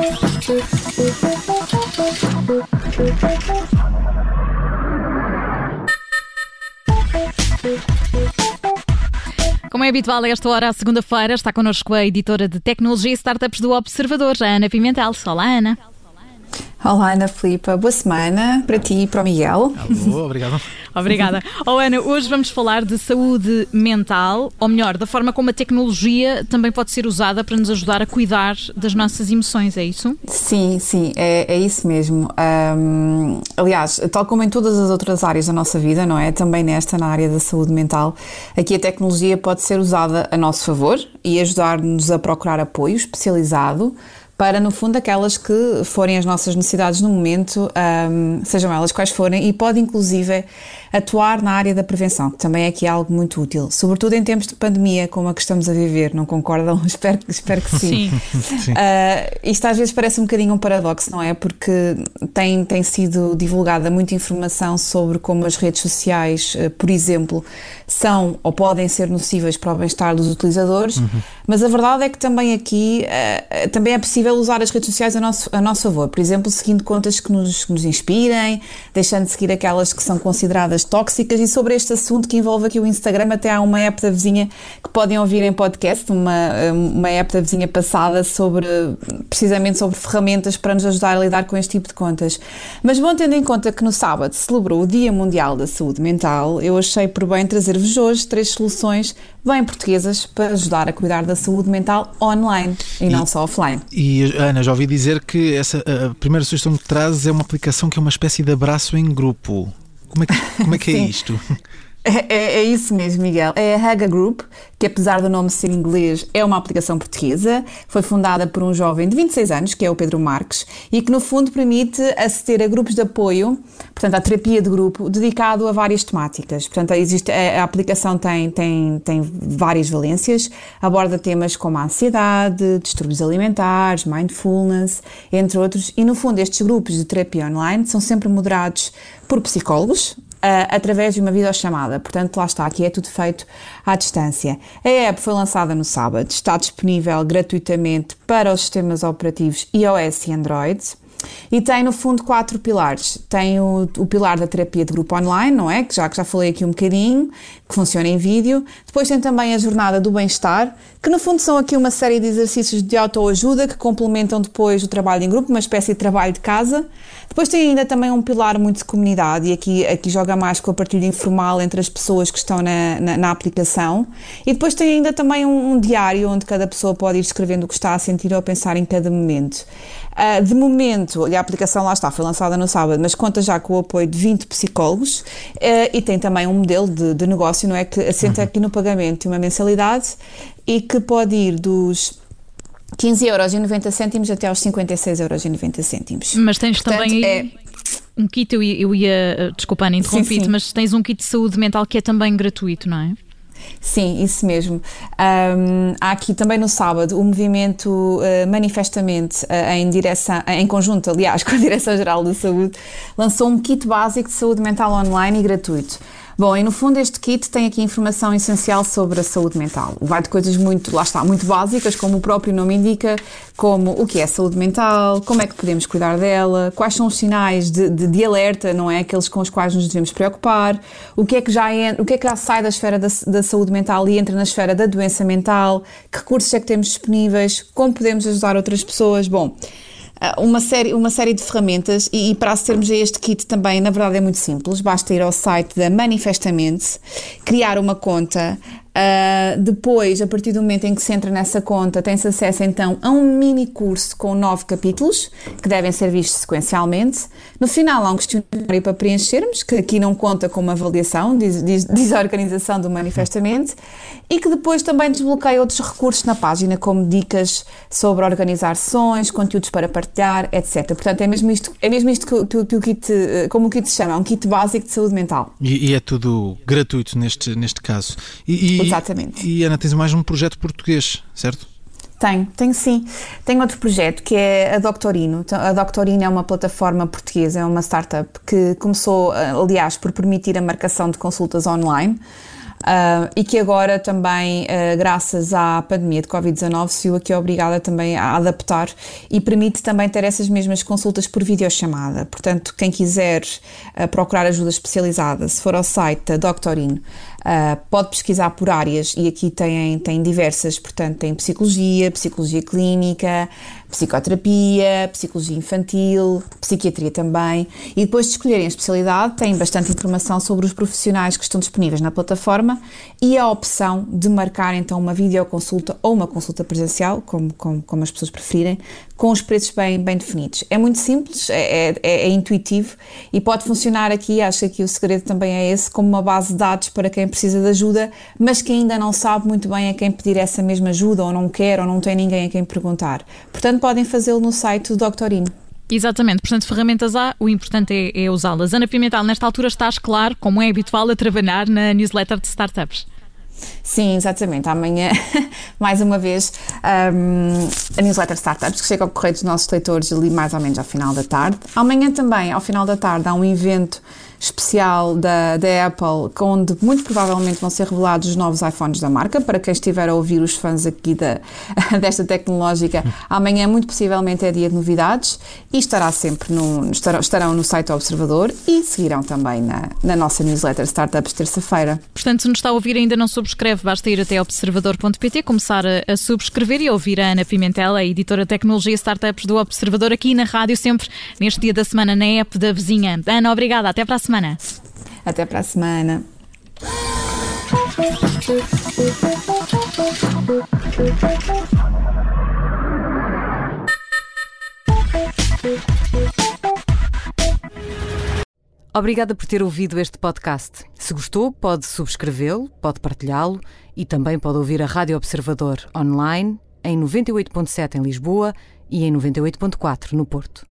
Como é habitual a esta hora, à segunda-feira, está connosco a editora de Tecnologia e Startups do Observador, a Ana Pimentel. Olá, Ana. Olá, Ana Filipa. Boa semana para ti e para o Miguel. Alô, obrigado. Obrigada. Ana, hoje vamos falar de saúde mental, ou melhor, da forma como a tecnologia também pode ser usada para nos ajudar a cuidar das nossas emoções, é isso? Sim, é isso mesmo. Aliás, tal como em todas as outras áreas da nossa vida, não é? Também na área da saúde mental, aqui a tecnologia pode ser usada a nosso favor e ajudar-nos a procurar apoio especializado para, no fundo, aquelas que forem as nossas necessidades no momento, sejam elas quais forem, e pode, inclusive, atuar na área da prevenção, que também é aqui algo muito útil, sobretudo em tempos de pandemia, como a que estamos a viver, não concordam? Espero que sim. Sim. Isto às vezes parece um bocadinho um paradoxo, não é? Porque tem sido divulgada muita informação sobre como as redes sociais, por exemplo, são ou podem ser nocivas para o bem-estar dos utilizadores, mas a verdade é que também aqui também é possível usar as redes sociais a nosso favor, por exemplo, seguindo contas que nos inspirem, deixando de seguir aquelas que são consideradas tóxicas. E sobre este assunto que envolve aqui o Instagram, até há uma app da vizinha que podem ouvir em podcast, uma app da vizinha passada precisamente sobre ferramentas para nos ajudar a lidar com este tipo de contas. Mas bom, tendo em conta que no sábado se celebrou o Dia Mundial da Saúde Mental, eu achei por bem trazer-vos hoje 3 soluções bem portuguesas para ajudar a cuidar da saúde mental online e não só offline. E Ana, já ouvi dizer que a primeira sugestão que trazes é uma aplicação que é uma espécie de abraço em grupo. Como é que é isto? É isso mesmo, Miguel. É a Hug a Group, que apesar do nome ser inglês, é uma aplicação portuguesa. Foi fundada por um jovem de 26 anos, que é o Pedro Marques, e que no fundo permite aceder a grupos de apoio, portanto, à terapia de grupo, dedicado a várias temáticas. Portanto, a aplicação tem várias valências, aborda temas como a ansiedade, distúrbios alimentares, mindfulness, entre outros, e no fundo estes grupos de terapia online são sempre moderados por psicólogos, através de uma videochamada. Portanto, lá está, aqui é tudo feito à distância. A app foi lançada no sábado, está disponível gratuitamente para os sistemas operativos iOS e Android. E tem, no fundo, 4 pilares. Tem o pilar da terapia de grupo online, não é? Que já falei aqui um bocadinho, que funciona em vídeo. Depois tem também a jornada do bem-estar, que no fundo são aqui uma série de exercícios de autoajuda que complementam depois o trabalho em grupo, uma espécie de trabalho de casa. Depois tem ainda também um pilar muito de comunidade, e aqui joga mais com a partilha informal entre as pessoas que estão na aplicação. E depois tem ainda também um diário onde cada pessoa pode ir escrevendo o que está a sentir ou a pensar em cada momento. De momento, a aplicação lá está, foi lançada no sábado, mas conta já com o apoio de 20 psicólogos, e tem também um modelo de negócio, não é, que assenta aqui no pagamento de uma mensalidade e que pode ir dos 15,90€ até aos 56,90€. Mas tens, portanto, também aí um kit, eu ia, desculpa Ana, interrompi-te, mas tens um kit de saúde mental que é também gratuito, não é? Sim, isso mesmo. Há aqui também no sábado o movimento manifestamente em conjunto, aliás, com a Direção-Geral da Saúde, lançou um kit básico de saúde mental online e gratuito. Bom, e no fundo este kit tem aqui informação essencial sobre a saúde mental. Vai de coisas muito básicas, como o próprio nome indica, como o que é saúde mental, como é que podemos cuidar dela, quais são os sinais de alerta, não é? Aqueles com os quais nos devemos preocupar, o que é que já sai da esfera da saúde mental e entra na esfera da doença mental, que recursos é que temos disponíveis, como podemos ajudar outras pessoas. Bom, uma série de ferramentas, e para acedermos a este kit também, na verdade, é muito simples. Basta ir ao site da Manifestamente, criar uma conta. Depois, a partir do momento em que se entra nessa conta, tem-se acesso então a um mini curso com 9 capítulos que devem ser vistos sequencialmente. No final há um questionário para preenchermos, que aqui não conta com uma avaliação, diz a organização do Manifestamente, e que depois também desbloqueia outros recursos na página, como dicas sobre organizar sessões, conteúdos para partilhar, etc. Portanto, é mesmo isto que o kit, como o kit se chama, é um kit básico de saúde mental. E é tudo gratuito neste caso. Exatamente. E Ana, tens mais um projeto português, certo? Tenho sim. Tenho outro projeto que é a Doctorino. A Doctorino é uma plataforma portuguesa, é uma startup que começou, aliás, por permitir a marcação de consultas online. e que agora também, graças à pandemia de Covid-19, se viu aqui obrigada também a adaptar e permite também ter essas mesmas consultas por videochamada. Portanto, quem quiser procurar ajuda especializada, se for ao site da Doctorin, pode pesquisar por áreas e aqui tem diversas, portanto tem psicologia clínica, psicoterapia, psicologia infantil, psiquiatria também, e depois de escolherem a especialidade tem bastante informação sobre os profissionais que estão disponíveis na plataforma e a opção de marcar então uma videoconsulta ou uma consulta presencial, como as pessoas preferirem, com os preços bem definidos. É muito simples, é intuitivo e pode funcionar aqui, acho que aqui o segredo também é esse, como uma base de dados para quem precisa de ajuda, mas que ainda não sabe muito bem a quem pedir essa mesma ajuda, ou não quer, ou não tem ninguém a quem perguntar. Portanto, podem fazê-lo no site do Doctorin. Exatamente, portanto, ferramentas há, o importante é usá-las. Ana Pimentel, nesta altura estás, claro, como é habitual, a trabalhar na newsletter de startups. Sim, exatamente. Amanhã, mais uma vez, a newsletter Startups, que chega ao correio dos nossos leitores ali mais ou menos ao final da tarde. Amanhã também, ao final da tarde, há um evento especial da Apple, onde muito provavelmente vão ser revelados os novos iPhones da marca. Para quem estiver a ouvir, os fãs aqui desta tecnológica, amanhã muito possivelmente é dia de novidades e estarão no site do Observador e seguirão também na nossa newsletter Startups terça-feira. Portanto, se nos está a ouvir e ainda não subscreve, basta ir até observador.pt, começar a subscrever e ouvir a Ana Pimentel, a editora de tecnologia e startups do Observador, aqui na rádio, sempre neste dia da semana, na app da vizinha. Ana, obrigada. Até para a semana. Até para a semana. Obrigada por ter ouvido este podcast. Se gostou, pode subscrevê-lo, pode partilhá-lo e também pode ouvir a Rádio Observador online em 98.7 em Lisboa e em 98.4 no Porto.